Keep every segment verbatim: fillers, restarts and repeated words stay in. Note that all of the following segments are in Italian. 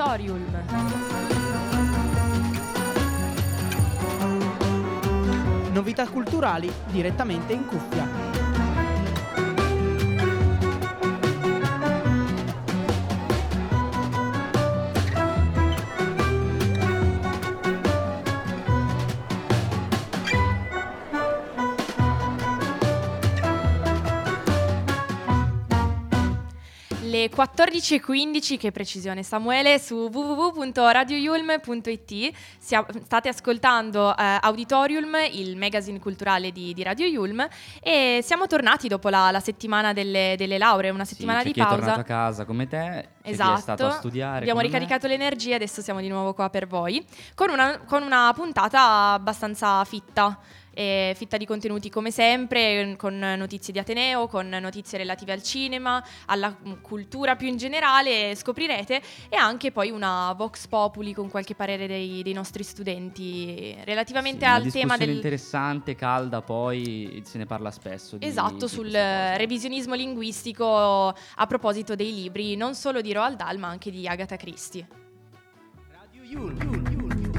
Auditorium. Novità culturali direttamente in cuffia. Le quattordici e quindici, che precisione Samuele, su w w w punto radio yulm punto i t. State ascoltando eh, Auditorium, il magazine culturale di, di Radio Yulm, e siamo tornati dopo la, la settimana delle, delle lauree, una settimana sì, c'è di chi pausa. è tornato a casa come te, c'è esatto. chi è stato a studiare. Abbiamo ricaricato le energie, adesso siamo di nuovo qua per voi, con una, con una puntata abbastanza fitta. E fitta di contenuti come sempre, con notizie di Ateneo, con notizie relative al cinema, alla cultura più in generale, scoprirete, e anche poi una Vox Populi con qualche parere dei, dei nostri studenti relativamente sì, al tema del... interessante, calda, poi se ne parla spesso di, esatto, di sul revisionismo linguistico a proposito dei libri, non solo di Roald Dahl ma anche di Agatha Christie. Radio Yulm.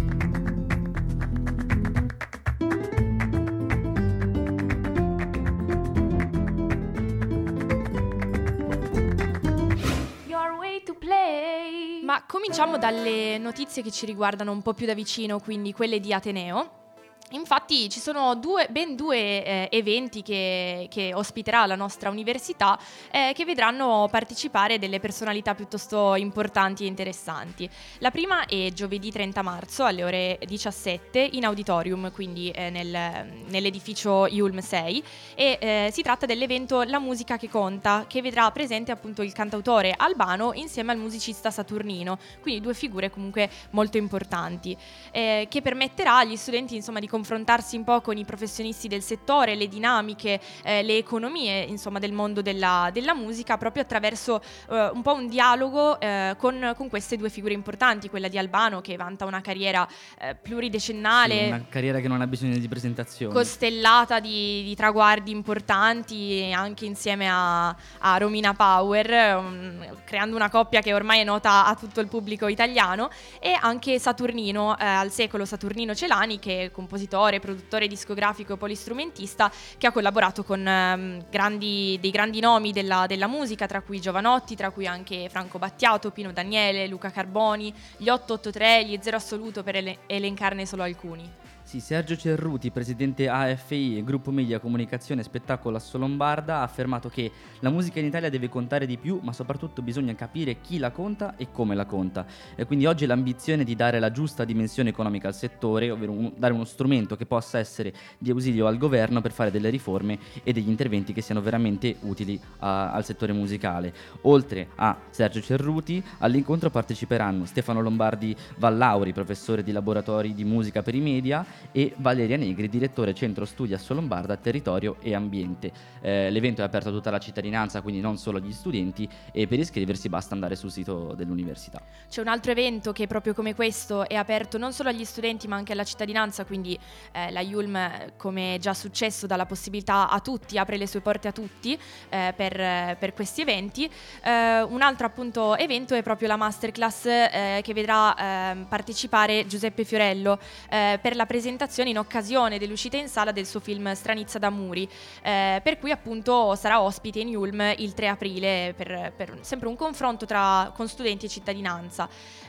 Ma cominciamo dalle notizie che ci riguardano un po' più da vicino, quindi quelle di Ateneo. Infatti ci sono due, ben due eh, eventi che, che ospiterà la nostra università eh, che vedranno partecipare delle personalità piuttosto importanti e interessanti. La prima è giovedì trenta marzo alle ore diciassette in Auditorium, quindi eh, nel, nell'edificio Yulm sei, e eh, si tratta dell'evento La musica che conta, che vedrà presente appunto il cantautore Albano insieme al musicista Saturnino, quindi due figure comunque molto importanti, eh, che permetterà agli studenti insomma di confrontarsi un po' con i professionisti del settore, le dinamiche, eh, le economie insomma del mondo della, della musica, proprio attraverso eh, un po' un dialogo eh, con, con queste due figure importanti, quella di Albano che vanta una carriera eh, pluridecennale, sì, una carriera che non ha bisogno di presentazioni, costellata di, di traguardi importanti anche insieme a, a Romina Power, um, creando una coppia che ormai è nota a tutto il pubblico italiano, e anche Saturnino eh, al secolo, Saturnino Celani, che è compositore, produttore discografico e polistrumentista, che ha collaborato con um, grandi, dei grandi nomi della, della musica, tra cui Giovanotti, tra cui anche Franco Battiato, Pino Daniele, Luca Carboni, gli otto otto tre, gli Zero Assoluto, per ele- elencarne solo alcuni. Sì, Sergio Cerruti, presidente A F I, Gruppo Media Comunicazione e Spettacolo Assolombarda, ha affermato che la musica in Italia deve contare di più, ma soprattutto bisogna capire chi la conta e come la conta. E quindi oggi l'ambizione di dare la giusta dimensione economica al settore, ovvero un, dare uno strumento che possa essere di ausilio al governo per fare delle riforme e degli interventi che siano veramente utili a, al settore musicale. Oltre a Sergio Cerruti, all'incontro parteciperanno Stefano Lombardi Vallauri, professore di laboratori di musica per i media, e Valeria Negri, direttore Centro Studi Assolombarda Territorio e Ambiente. Eh, l'evento è aperto a tutta la cittadinanza, quindi non solo agli studenti, e per iscriversi basta andare sul sito dell'università. C'è un altro evento che proprio come questo è aperto non solo agli studenti ma anche alla cittadinanza, quindi eh, la Yulm, come è già successo, dà la possibilità a tutti, apre le sue porte a tutti eh, per, per questi eventi. Eh, un altro appunto evento è proprio la masterclass eh, che vedrà eh, partecipare Giuseppe Fiorello eh, per la presentazione in occasione dell'uscita in sala del suo film Stranizza d'Amuri, eh, per cui appunto sarà ospite in Yulm il tre aprile per, per sempre un confronto tra, con studenti e cittadinanza.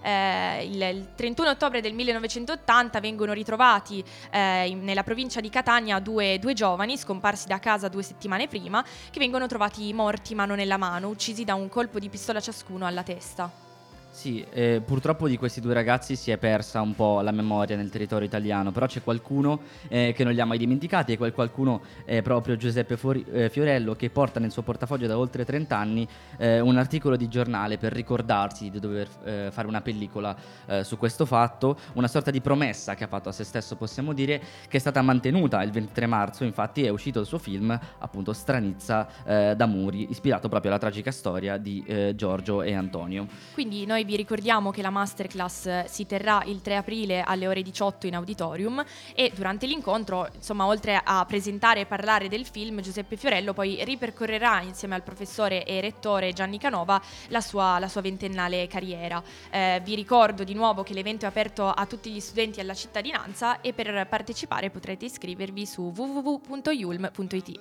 Eh, il, il trentuno ottobre del millenovecentottanta vengono ritrovati eh, in, nella provincia di Catania due, due giovani scomparsi da casa due settimane prima, che vengono trovati morti mano nella mano, uccisi da un colpo di pistola ciascuno alla testa. Sì, eh, purtroppo di questi due ragazzi si è persa un po' la memoria nel territorio italiano, però c'è qualcuno eh, che non li ha mai dimenticati, e quel qualcuno è proprio Giuseppe Fuori, eh, Fiorello, che porta nel suo portafoglio da oltre trenta anni eh, un articolo di giornale per ricordarsi di dover eh, fare una pellicola eh, su questo fatto, una sorta di promessa che ha fatto a se stesso, possiamo dire, che è stata mantenuta. Il ventitré marzo infatti è uscito il suo film, appunto Stranizza eh, d'Amuri, ispirato proprio alla tragica storia di eh, Giorgio e Antonio. Quindi noi noi vi ricordiamo che la masterclass si terrà il tre aprile alle ore diciotto in auditorium, e durante l'incontro, insomma, oltre a presentare e parlare del film, Giuseppe Fiorello poi ripercorrerà insieme al professore e rettore Gianni Canova la sua, la sua ventennale carriera. Eh, vi ricordo di nuovo che l'evento è aperto a tutti gli studenti e alla cittadinanza, e per partecipare potrete iscrivervi su w w w punto yulm punto i t.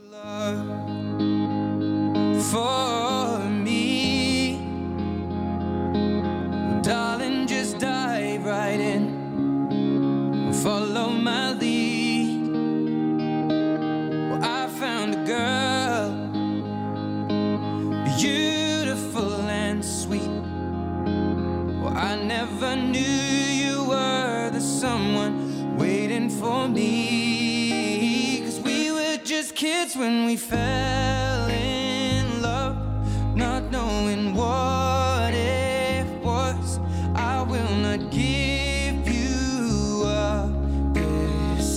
For me, darling, just dive right in, follow my lead. Well, I found a girl, beautiful and sweet. Well, I never knew you were the someone waiting for me, 'cause we were just kids when we fell in love, not knowing what it was. I will not give you up this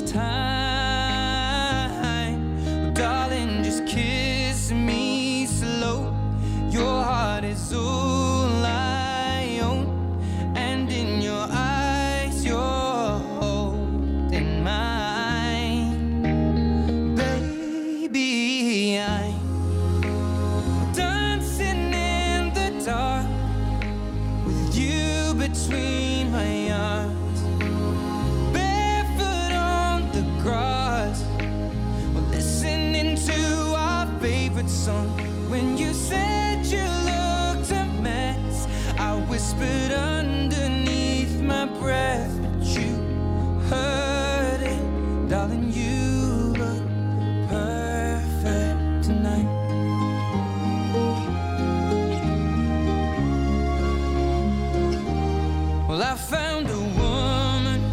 time, darling, just kiss me slow. Your heart is all I own, and in your eyes you're holding mine. Baby, I'm dancing in the dark with you between my arms, barefoot on the grass, we're listening to our favorite song. When you said you looked a mess, I whispered underneath my breath, but you heard it, darling, you look perfect tonight. Well, I found a woman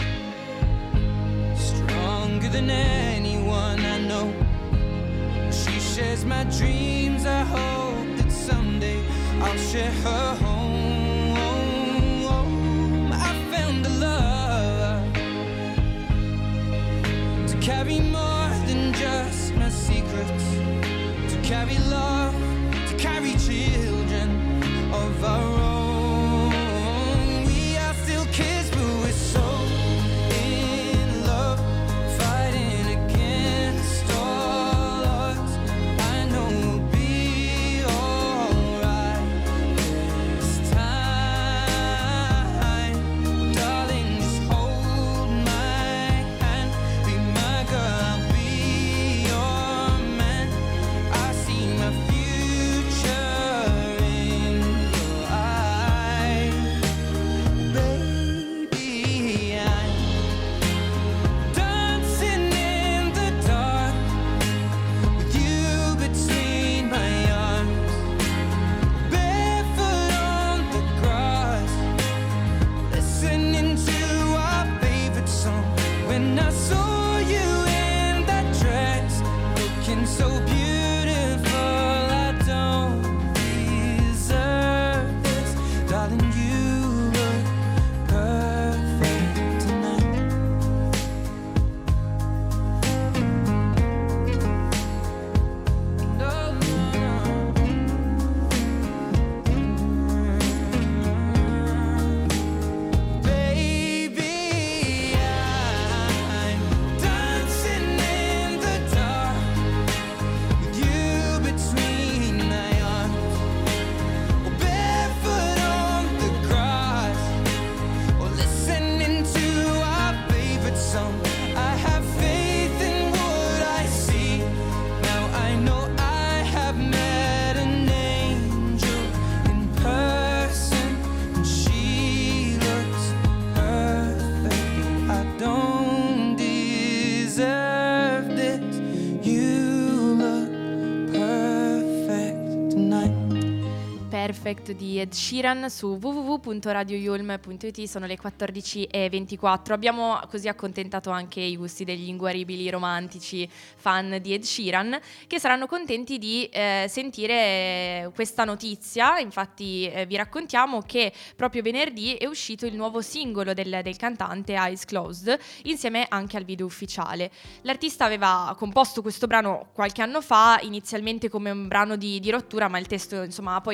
stronger than anyone I know. She shares my dreams. I hope that someday I'll share her home. I found a love to carry more than just my secrets, to carry love, to carry children of our own. We are still kids, but we're so in love, fighting against all odds. I know we'll be alright this time. Darling, just hold my hand, be my girl, I'll be your man. I see my future in your eyes. Baby, I'm dancing in the dark with you between my arms, barefoot on the grass, listening to our favorite song. When I saw you in that dress, looking so beautiful, I don't deserve this, darling, you look perfect tonight. No, no, baby, I'm dancing in the dark with you between my arms, or barefoot on the grass, or listening to our favorite song. I have faith in what I see. Now I know I have met an angel in person, and she looks perfect. I don't deserve this. You look perfect tonight. Perfect di Ed Sheeran su w w w punto radio yulm punto i t. Sono le quattordici e ventiquattro. Abbiamo così accontentato anche i gusti degli inguaribili romantici fan di Ed Sheeran, che saranno contenti di eh, sentire questa notizia. Infatti eh, vi raccontiamo che proprio venerdì è uscito il nuovo singolo del, del cantante, Eyes Closed, insieme anche al video ufficiale. L'artista aveva composto questo brano qualche anno fa, inizialmente come un brano di, di rottura, ma il testo insomma ha poi assunto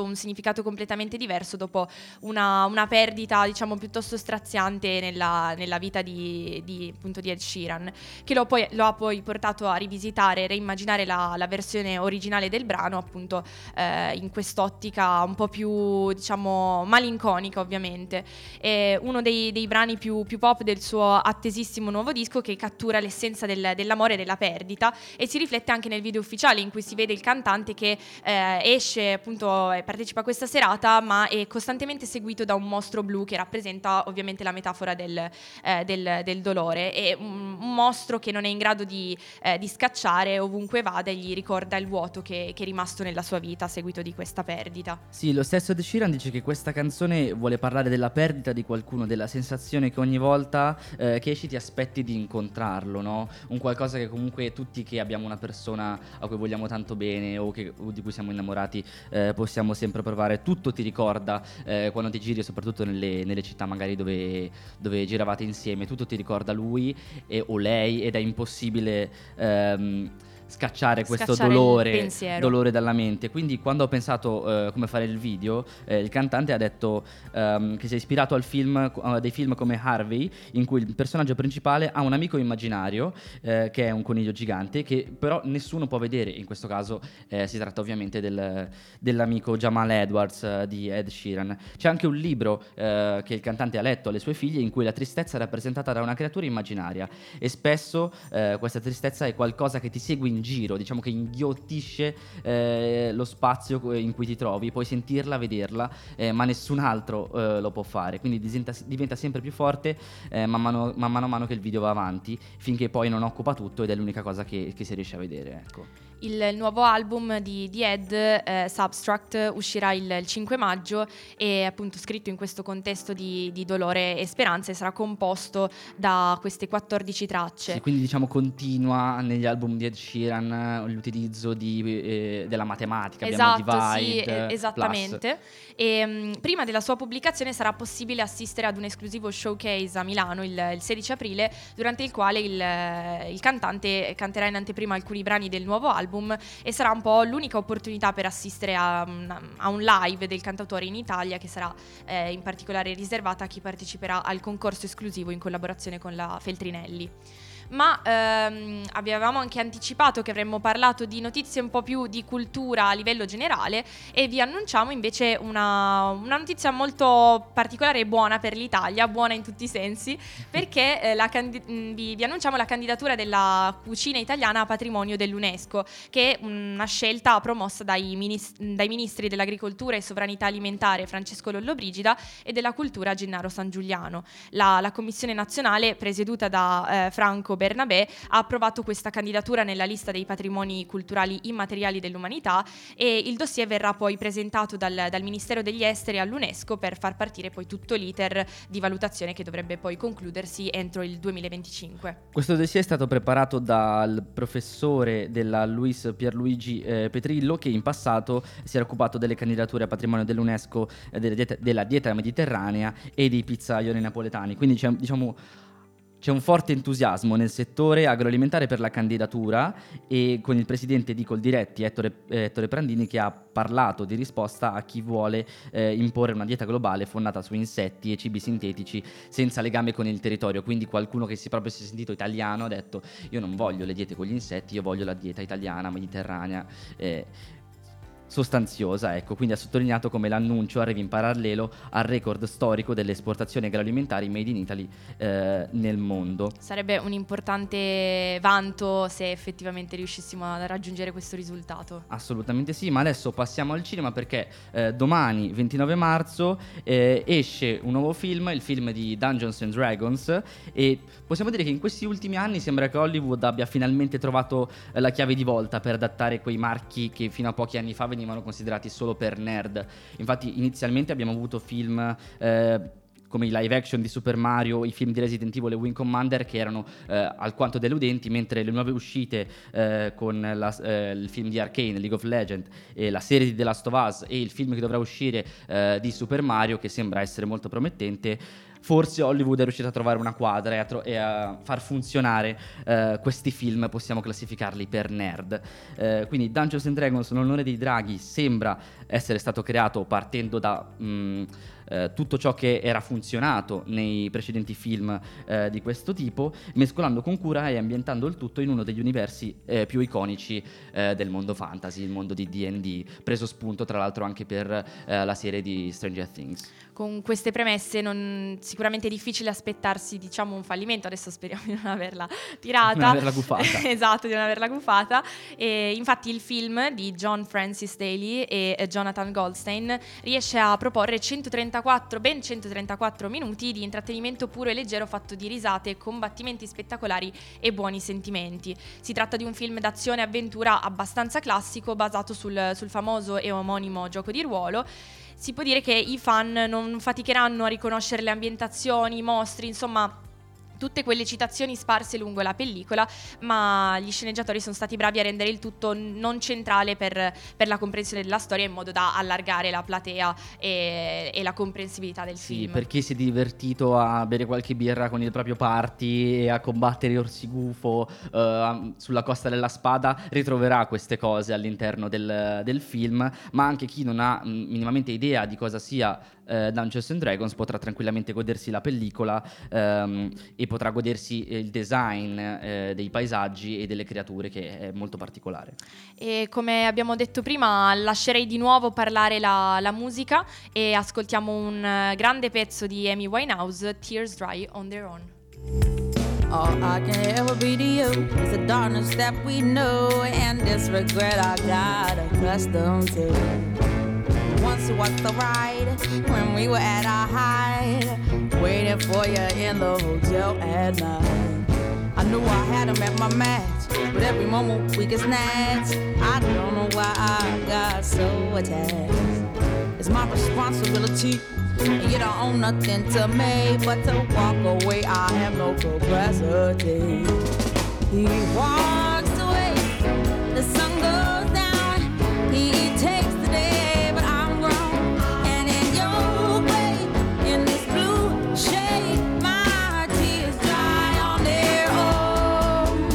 un significato completamente diverso dopo una, una perdita, diciamo, piuttosto straziante nella, nella vita di, di, appunto, di Ed Sheeran, che lo, poi, lo ha poi portato a rivisitare e reimmaginare la, la versione originale del brano, appunto eh, in quest'ottica un po' più, diciamo, malinconica, ovviamente. È uno dei, dei brani più, più pop del suo attesissimo nuovo disco, che cattura l'essenza del, dell'amore e della perdita, e si riflette anche nel video ufficiale, in cui si vede il cantante che eh, esce, appunto, e partecipa a questa serata, ma è costantemente seguito da un mostro blu che rappresenta ovviamente la metafora del, eh, del, del dolore. È un, un mostro che non è in grado di, eh, di scacciare, ovunque vada, e gli ricorda il vuoto che, che è rimasto nella sua vita a seguito di questa perdita. Sì, lo stesso Ed Sheeran dice che questa canzone vuole parlare della perdita di qualcuno, della sensazione che ogni volta eh, che esci ti aspetti di incontrarlo, no? Un qualcosa che comunque tutti che abbiamo una persona a cui vogliamo tanto bene o, che, o di cui siamo innamorati eh, possiamo sempre provare. Tutto ti ricorda eh, quando ti giri, soprattutto nelle, nelle città magari dove, dove giravate insieme, tutto ti ricorda lui e, o lei, ed è impossibile ehm, scacciare questo Scacciare dolore, dolore dalla mente. Quindi quando ho pensato eh, come fare il video, eh, il cantante ha detto ehm, che si è ispirato al film, a dei film come Harvey, in cui il personaggio principale ha un amico immaginario eh, che è un coniglio gigante, che però nessuno può vedere. In questo caso eh, si tratta ovviamente del, dell'amico Jamal Edwards eh, di Ed Sheeran. C'è anche un libro eh, che il cantante ha letto alle sue figlie, in cui la tristezza è rappresentata da una creatura immaginaria, e spesso eh, questa tristezza è qualcosa che ti segue in giro, diciamo che inghiottisce eh, lo spazio in cui ti trovi, puoi sentirla, vederla, eh, ma nessun altro eh, lo può fare, quindi diventa, diventa sempre più forte eh, man, mano, man mano a mano che il video va avanti, finché poi non occupa tutto ed è l'unica cosa che, che si riesce a vedere, ecco. Il nuovo album di, di Ed, eh, Substract, uscirà il, il cinque maggio, e appunto scritto in questo contesto di, di dolore e speranza, e sarà composto da queste quattordici tracce. Sì, quindi diciamo continua negli album di Ed Sheeran l'utilizzo di, eh, della matematica, esatto, abbiamo sì, divide, esattamente. E, mh, prima della sua pubblicazione sarà possibile assistere ad un esclusivo showcase a Milano il, il sedici aprile, durante il quale il, il cantante canterà in anteprima alcuni brani del nuovo album, e sarà un po' l'unica opportunità per assistere a, a un live del cantautore in Italia, che sarà eh, in particolare riservata a chi parteciperà al concorso esclusivo in collaborazione con la Feltrinelli. Ma ehm, avevamo anche anticipato che avremmo parlato di notizie un po' più di cultura a livello generale, e vi annunciamo invece una, una notizia molto particolare e buona per l'Italia, buona in tutti i sensi, perché eh, la candi- vi, vi annunciamo la candidatura della cucina italiana a patrimonio dell'UNESCO, che è una scelta promossa dai, minis- dai ministri dell'agricoltura e sovranità alimentare Francesco Lollobrigida e della cultura Gennaro San Giuliano. La, la commissione nazionale, presieduta da eh, Franco Bernabé, ha approvato questa candidatura nella lista dei patrimoni culturali immateriali dell'umanità, e il dossier verrà poi presentato dal, dal Ministero degli Esteri all'UNESCO per far partire poi tutto l'iter di valutazione, che dovrebbe poi concludersi entro il duemilaventicinque. Questo dossier è stato preparato dal professore della Luis Pierluigi eh, Petrillo, che in passato si era occupato delle candidature a patrimonio dell'UNESCO eh, della, dieta, della dieta mediterranea e dei pizzaioli napoletani, quindi c'è, diciamo c'è un forte entusiasmo nel settore agroalimentare per la candidatura, e con il presidente di Coldiretti, Ettore, eh, Ettore Prandini, che ha parlato di risposta a chi vuole eh, imporre una dieta globale fondata su insetti e cibi sintetici senza legame con il territorio. Quindi qualcuno che si proprio si è sentito italiano ha detto: io non voglio le diete con gli insetti, io voglio la dieta italiana, mediterranea, eh, sostanziosa, ecco. Quindi ha sottolineato come l'annuncio arrivi in parallelo al record storico delle esportazioni agroalimentari made in Italy eh, nel mondo. Sarebbe un importante vanto se effettivamente riuscissimo a raggiungere questo risultato. Assolutamente sì, ma adesso passiamo al cinema, perché eh, domani ventinove marzo eh, esce un nuovo film, il film di Dungeons and Dragons, e possiamo dire che in questi ultimi anni sembra che Hollywood abbia finalmente trovato eh, la chiave di volta per adattare quei marchi che fino a pochi anni fa venivano considerati solo per nerd. Infatti inizialmente abbiamo avuto film eh, come i live action di Super Mario, i film di Resident Evil e Wing Commander, che erano eh, alquanto deludenti, mentre le nuove uscite eh, con la, eh, il film di Arcane, League of Legends, e la serie di The Last of Us, e il film che dovrà uscire eh, di Super Mario, che sembra essere molto promettente, forse Hollywood è riuscita a trovare una quadra e a, tro- e a far funzionare eh, questi film, possiamo classificarli per nerd. Eh, quindi Dungeons and Dragons, l'onore dei draghi, sembra essere stato creato partendo da mh, eh, tutto ciò che era funzionato nei precedenti film eh, di questo tipo, mescolando con cura e ambientando il tutto in uno degli universi eh, più iconici eh, del mondo fantasy, il mondo di D and D, preso spunto tra l'altro anche per eh, la serie di Stranger Things. Con queste premesse non, sicuramente è difficile aspettarsi, diciamo, un fallimento. Adesso speriamo di non averla tirata. Non averla gufata. Esatto, di non averla gufata. E infatti il film di John Francis Daly e Jonathan Goldstein riesce a proporre centotrentaquattro, ben centotrentaquattro minuti di intrattenimento puro e leggero, fatto di risate, combattimenti spettacolari e buoni sentimenti. Si tratta di un film d'azione e avventura abbastanza classico, basato sul, sul famoso e omonimo gioco di ruolo. Si può dire che i fan non faticheranno a riconoscere le ambientazioni, i mostri, insomma tutte quelle citazioni sparse lungo la pellicola, ma gli sceneggiatori sono stati bravi a rendere il tutto non centrale per, per la comprensione della storia, in modo da allargare la platea e, e la comprensibilità del sì, film. Per chi si è divertito a bere qualche birra con il proprio party e a combattere orsigufo uh, sulla Costa della Spada, ritroverà queste cose all'interno del, del film, ma anche chi non ha mh, minimamente idea di cosa sia uh, Dungeons and Dragons potrà tranquillamente godersi la pellicola um, e potrà godersi il design eh, dei paesaggi e delle creature, che è molto particolare. E come abbiamo detto prima, lascerei di nuovo parlare la, la musica e ascoltiamo un uh, grande pezzo di Amy Winehouse, Tears Dry on Their Own. All I can ever be to you is the darkness that we know and this regret I got accustomed to. Once it was the ride when we were at our height, waiting for you in the hotel at night. I knew I had him at my match, but every moment we get snatched. I don't know why I got so attached. It's my responsibility, and you don't own nothing to me but to walk away. I have no capacity. He walks away, the sun goes down. He takes the day, but I'm grown, and in your way, in this blue shade, my tears dry on their own.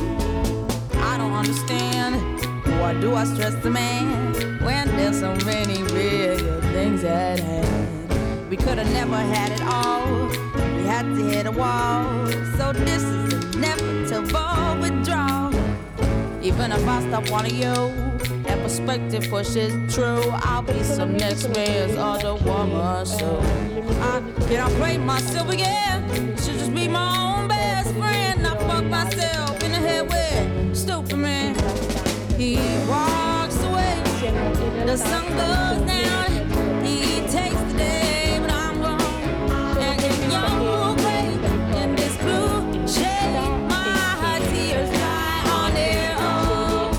I don't understand, why do I stress the man when there's so many bigger things at hand? We could have never had it all, we had to hit a wall, so this is inevitable withdrawal. Even if I stop wanting you, that perspective pushes true, I'll be some next man's other woman, so I cannot play myself again, should just be my own best friend. I fuck myself in the head with stupid man. He walks away, the sun goes down, he takes the day, but I'm gone, and in your way, in this blue shade, my tears dry on their own.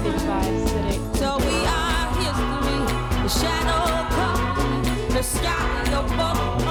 So we are history, the shadow comes, the sky above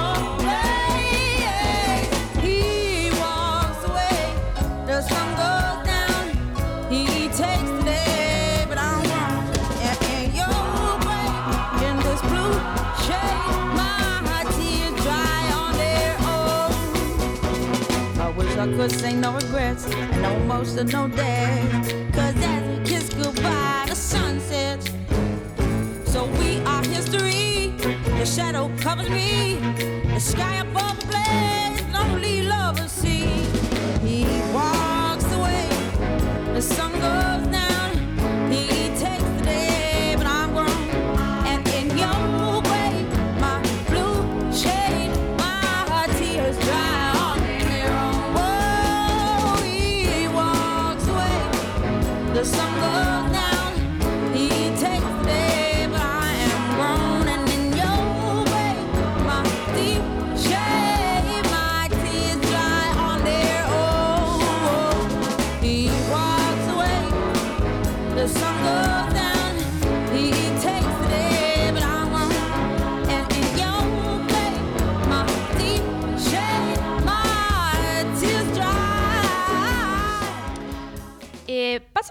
away. He walks away, the sun goes down, he takes the day, but I'm wrong, and in your way, in this blue shade, my tears dry on their own. I wish I could say no regrets and no emotional day, cause as we kiss goodbye, the sun sets. So we are history, the shadow covers me, the sky above a blaze, lonely lovers see. He walks away, the sun goes down, he takes the day, but I'm grown, and in your way, my blue shade, my tears dry on their own. Oh, he walks away, the sun goes down, he takes the day, but I am grown, and in your way, my deep shade.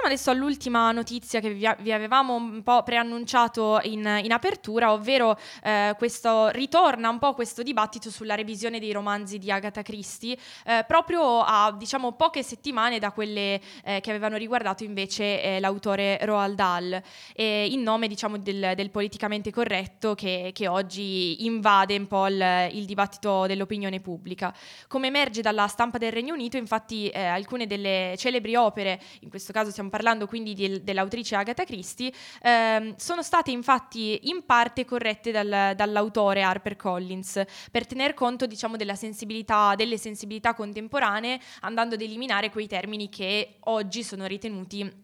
adesso all'ultima notizia che vi, vi avevamo un po' preannunciato in, in apertura, ovvero eh, questo ritorna un po' questo dibattito sulla revisione dei romanzi di Agatha Christie, eh, proprio a diciamo poche settimane da quelle eh, che avevano riguardato invece eh, l'autore Roald Dahl, eh, in nome diciamo del, del politicamente corretto che, che oggi invade un po' il, il dibattito dell'opinione pubblica. Come emerge dalla stampa del Regno Unito, infatti eh, alcune delle celebri opere, in questo caso stiamo parlando quindi di, dell'autrice Agatha Christie, ehm, sono state infatti in parte corrette dal, dall'autore HarperCollins per tener conto diciamo della sensibilità, delle sensibilità contemporanee, andando ad eliminare quei termini che oggi sono ritenuti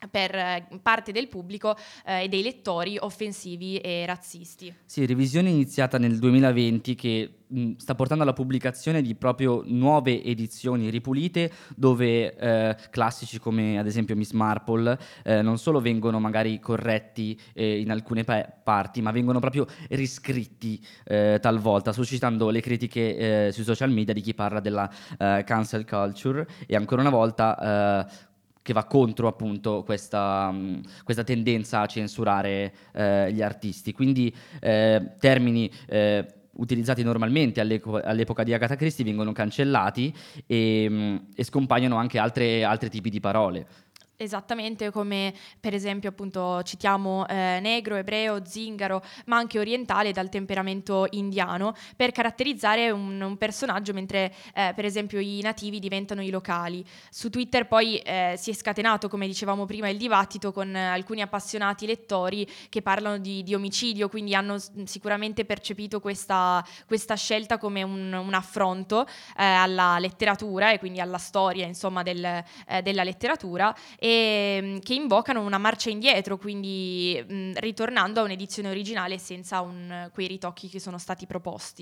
per parte del pubblico eh, e dei lettori offensivi e razzisti. Sì, revisione iniziata nel duemilaventi che mh, sta portando alla pubblicazione di proprio nuove edizioni ripulite dove eh, classici come ad esempio Miss Marple eh, non solo vengono magari corretti eh, in alcune pa- parti ma vengono proprio riscritti eh, talvolta, suscitando le critiche eh, sui social media di chi parla della eh, cancel culture e ancora una volta eh, che va contro appunto questa, mh, questa tendenza a censurare eh, gli artisti. Quindi eh, termini eh, utilizzati normalmente all'eco- all'epoca di Agatha Christie vengono cancellati e, mh, e scompaiono anche altre, altri tipi di parole. Esattamente, come per esempio appunto citiamo eh, negro, ebreo, zingaro, ma anche orientale dal temperamento indiano, per caratterizzare un, un personaggio, mentre eh, per esempio i nativi diventano i locali. Su Twitter poi eh, si è scatenato, come dicevamo prima, il dibattito con eh, alcuni appassionati lettori che parlano di, di omicidio, quindi hanno s- sicuramente percepito questa, questa scelta come un, un affronto eh, alla letteratura e quindi alla storia, insomma, del, eh, della letteratura, e che invocano una marcia indietro, quindi mh, ritornando a un'edizione originale senza un, quei ritocchi che sono stati proposti.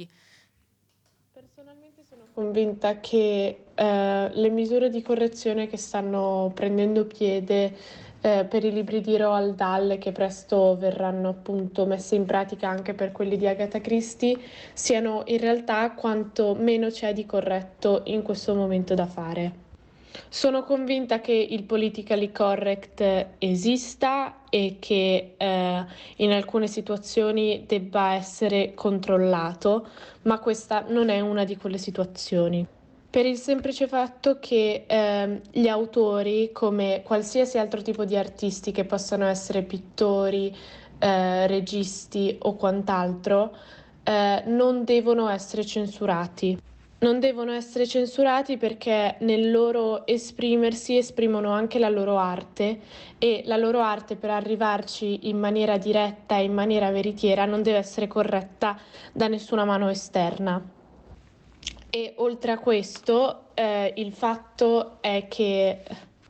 Personalmente sono convinta che eh, le misure di correzione che stanno prendendo piede eh, per i libri di Roald Dahl, che presto verranno appunto messe in pratica anche per quelli di Agatha Christie, siano in realtà quanto meno c'è di corretto in questo momento da fare. Sono convinta che il politically correct esista e che eh, in alcune situazioni debba essere controllato, ma questa non è una di quelle situazioni. Per il semplice fatto che eh, gli autori, come qualsiasi altro tipo di artisti che possano essere pittori, eh, registi o quant'altro, eh, non devono essere censurati. Non devono essere censurati perché nel loro esprimersi esprimono anche la loro arte, e la loro arte, per arrivarci in maniera diretta e in maniera veritiera, non deve essere corretta da nessuna mano esterna. E oltre a questo, eh, il fatto è che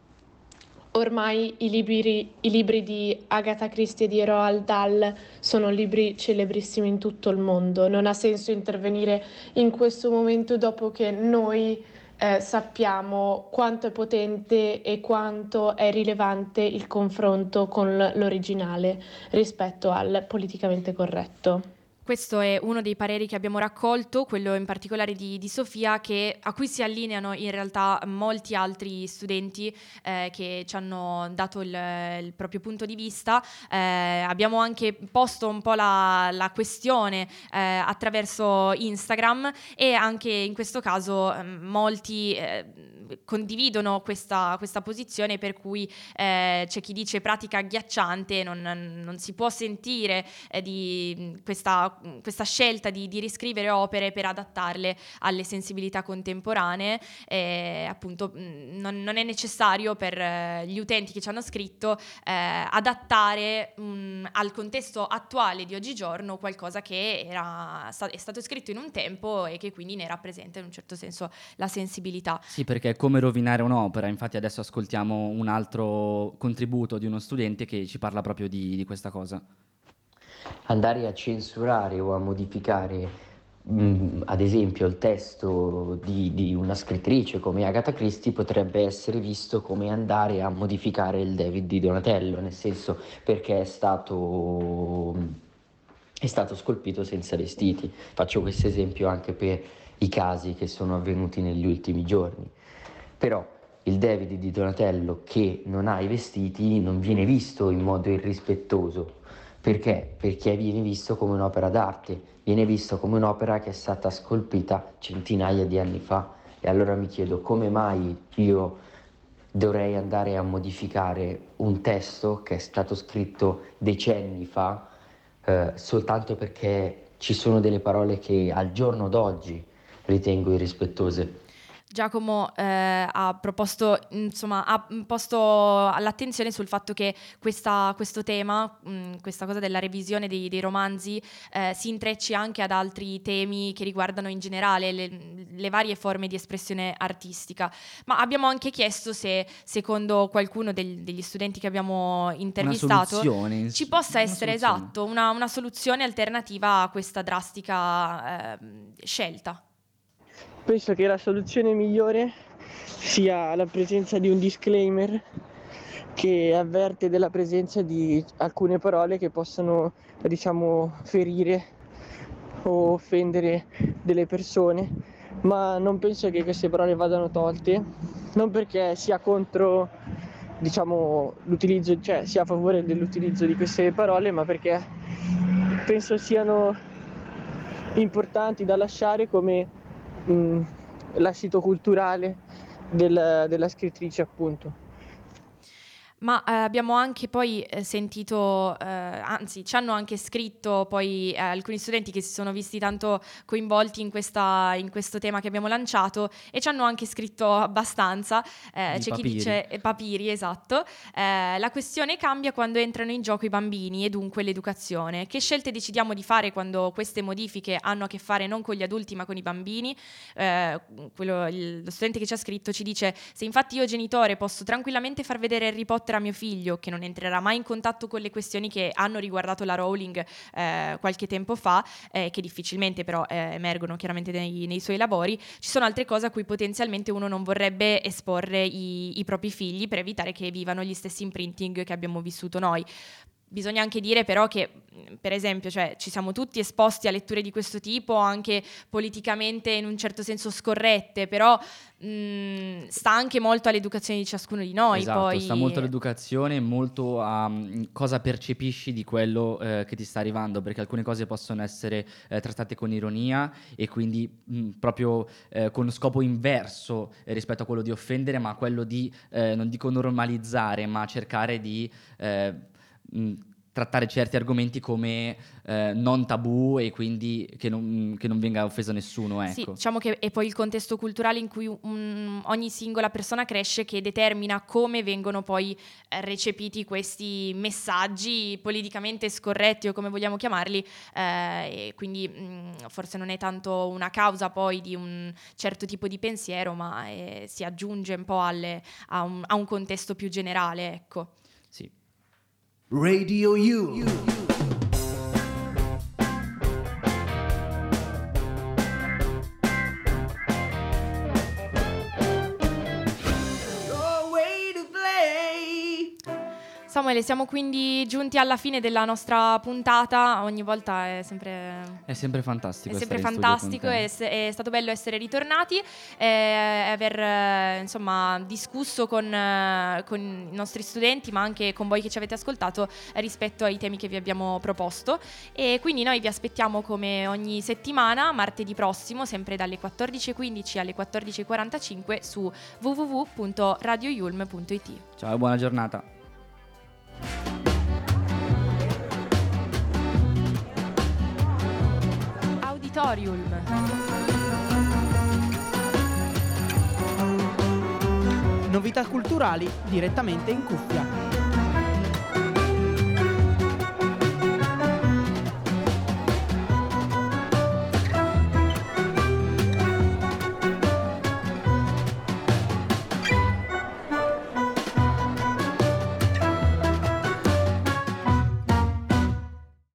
ormai i libri, i libri di Agatha Christie e di Roald Dahl sono libri celebrissimi in tutto il mondo. Non ha senso intervenire in questo momento dopo che noi eh, sappiamo quanto è potente e quanto è rilevante il confronto con l'originale rispetto al politicamente corretto. Questo è uno dei pareri che abbiamo raccolto, quello in particolare di, di Sofia, che, a cui si allineano in realtà molti altri studenti eh, che ci hanno dato il, il proprio punto di vista. Eh, abbiamo anche posto un po' la, la questione eh, attraverso Instagram, e anche in questo caso eh, molti eh, condividono questa, questa posizione, per cui eh, c'è chi dice pratica agghiacciante, non, non si può sentire eh, di questa questa scelta di, di riscrivere opere per adattarle alle sensibilità contemporanee. Eh, appunto non, non è necessario per eh, gli utenti che ci hanno scritto eh, adattare mh, al contesto attuale di oggigiorno qualcosa che era, è stato scritto in un tempo e che quindi ne rappresenta in un certo senso la sensibilità. Sì, perché è come rovinare un'opera. Infatti adesso ascoltiamo un altro contributo di uno studente che ci parla proprio di, di questa cosa. Andare a censurare o a modificare mh, ad esempio il testo di, di una scrittrice come Agatha Christie potrebbe essere visto come andare a modificare il David di Donatello, nel senso, perché è stato, è stato scolpito senza vestiti. Faccio questo esempio anche per i casi che sono avvenuti negli ultimi giorni. Però il David di Donatello che non ha i vestiti non viene visto in modo irrispettoso. Perché? Perché viene visto come un'opera d'arte, viene visto come un'opera che è stata scolpita centinaia di anni fa. E allora mi chiedo come mai io dovrei andare a modificare un testo che è stato scritto decenni fa eh, soltanto perché ci sono delle parole che al giorno d'oggi ritengo irrispettose. Giacomo eh, ha proposto, insomma, ha posto all'attenzione sul fatto che questa, questo tema, mh, questa cosa della revisione dei, dei romanzi eh, si intrecci anche ad altri temi che riguardano in generale le, le varie forme di espressione artistica. Ma abbiamo anche chiesto se, secondo qualcuno del, degli studenti che abbiamo intervistato, ci possa essere esatto una, una soluzione alternativa a questa drastica eh, scelta. Penso che la soluzione migliore sia la presenza di un disclaimer che avverte della presenza di alcune parole che possono, diciamo, ferire o offendere delle persone, ma non penso che queste parole vadano tolte, non perché sia contro, diciamo, l'utilizzo, cioè sia a favore dell'utilizzo di queste parole, ma perché penso siano importanti da lasciare come mh, l'ascito culturale del, della scrittrice, appunto. Ma eh, abbiamo anche poi eh, sentito, eh, anzi ci hanno anche scritto poi eh, alcuni studenti che si sono visti tanto coinvolti in, questa, in questo tema che abbiamo lanciato, e ci hanno anche scritto abbastanza, eh, c'è papiri. chi dice eh, papiri, esatto, eh, la questione cambia quando entrano in gioco i bambini e dunque l'educazione. Che scelte decidiamo di fare quando queste modifiche hanno a che fare non con gli adulti ma con i bambini? Eh, quello, il, lo studente che ci ha scritto ci dice: se infatti io genitore posso tranquillamente far vedere Harry Potter a mio figlio, che non entrerà mai in contatto con le questioni che hanno riguardato la Rowling eh, qualche tempo fa, eh, che difficilmente però eh, emergono chiaramente nei, nei suoi lavori, ci sono altre cose a cui potenzialmente uno non vorrebbe esporre i, i propri figli per evitare che vivano gli stessi imprinting che abbiamo vissuto noi. Bisogna anche dire però che, per esempio, cioè, ci siamo tutti esposti a letture di questo tipo, anche politicamente in un certo senso scorrette, però mh, sta anche molto all'educazione di ciascuno di noi. Esatto, poi... sta molto all'educazione, molto a mh, cosa percepisci di quello eh, che ti sta arrivando, perché alcune cose possono essere eh, trattate con ironia e quindi mh, proprio eh, con scopo inverso eh, rispetto a quello di offendere, ma quello di, eh, non dico normalizzare, ma cercare di... Eh, Mh, trattare certi argomenti come eh, non tabù e quindi che non, che non venga offeso nessuno, ecco. Sì, diciamo che è poi il contesto culturale in cui um, ogni singola persona cresce che determina come vengono poi eh, recepiti questi messaggi politicamente scorretti o come vogliamo chiamarli, eh, e quindi mh, forse non è tanto una causa poi di un certo tipo di pensiero, ma eh, si aggiunge un po' alle, a, un, a un contesto più generale, ecco. Sì. Radio U. Samuele, siamo quindi giunti alla fine della nostra puntata. Ogni volta è sempre È sempre fantastico. È sempre stare in studio fantastico, con te. è, se- è stato bello essere ritornati e aver eh, insomma discusso con, eh, con i nostri studenti, ma anche con voi che ci avete ascoltato eh, rispetto ai temi che vi abbiamo proposto. E quindi noi vi aspettiamo come ogni settimana, martedì prossimo, sempre dalle quattordici e quindici alle quattordici e quarantacinque su w w w punto radio yulm punto i t. Ciao e buona giornata. Auditorium. Novità culturali direttamente in cuffia.